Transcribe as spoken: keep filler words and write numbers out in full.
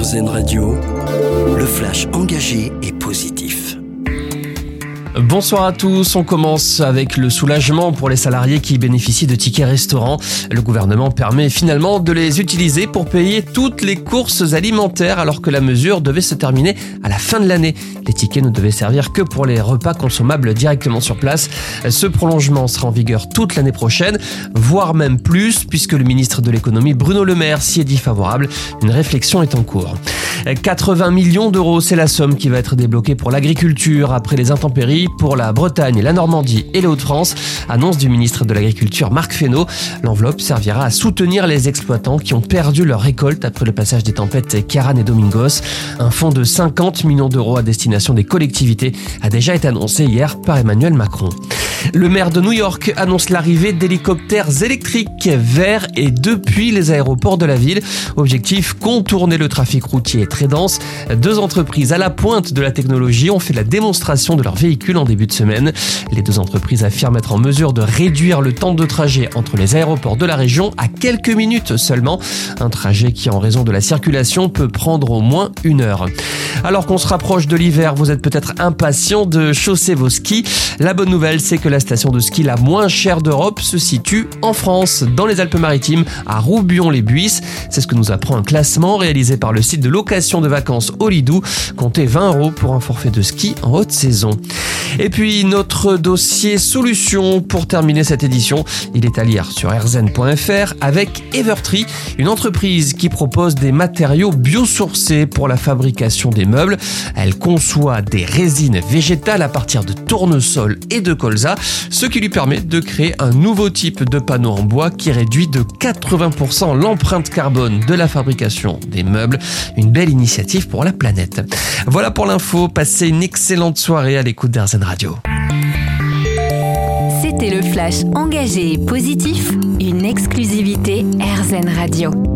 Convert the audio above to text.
R Z N Radio, le flash engagé et positif. Bonsoir à tous, on commence avec le soulagement pour les salariés qui bénéficient de tickets restaurants. Le gouvernement permet finalement de les utiliser pour payer toutes les courses alimentaires alors que la mesure devait se terminer à la fin de l'année. Les tickets ne devaient servir que pour les repas consommables directement sur place. Ce prolongement sera en vigueur toute l'année prochaine, voire même plus, puisque le ministre de l'économie Bruno Le Maire s'y est dit favorable. Une réflexion est en cours. quatre-vingts millions d'euros, c'est la somme qui va être débloquée pour l'agriculture après les intempéries pour la Bretagne, la Normandie et les Hauts-de-France, annonce du ministre de l'Agriculture Marc Fesneau. L'enveloppe servira à soutenir les exploitants qui ont perdu leur récolte après le passage des tempêtes Ciarán et Domingos. Un fonds de cinquante millions d'euros à destination des collectivités a déjà été annoncé hier par Emmanuel Macron. Le maire de New York annonce l'arrivée d'hélicoptères électriques vers et depuis les aéroports de la ville. Objectif, contourner le trafic routier très dense. Deux entreprises à la pointe de la technologie ont fait la démonstration de leurs véhicules en début de semaine. Les deux entreprises affirment être en mesure de réduire le temps de trajet entre les aéroports de la région à quelques minutes seulement. Un trajet qui, en raison de la circulation, peut prendre au moins une heure. Alors qu'on se rapproche de l'hiver, vous êtes peut-être impatient de chausser vos skis. La bonne nouvelle, c'est que la station de ski la moins chère d'Europe se situe en France, dans les Alpes-Maritimes, à Roubion-les-Buisses. C'est ce que nous apprend un classement réalisé par le site de location de vacances Holidou. Comptez vingt euros pour un forfait de ski en haute saison. Et puis notre dossier solution pour terminer cette édition, il est à lire sur r z n point f r avec Evertree, une entreprise qui propose des matériaux biosourcés pour la fabrication des meubles. Elle conçoit des résines végétales à partir de tournesol et de colza, ce qui lui permet de créer un nouveau type de panneau en bois qui réduit de quatre-vingts pour cent l'empreinte carbone de la fabrication des meubles. Une belle initiative pour la planète. Voilà pour l'info, passez une excellente soirée à l'écoute d'R Z N Radio. C'était le flash engagé et positif, une exclusivité R Z N Radio.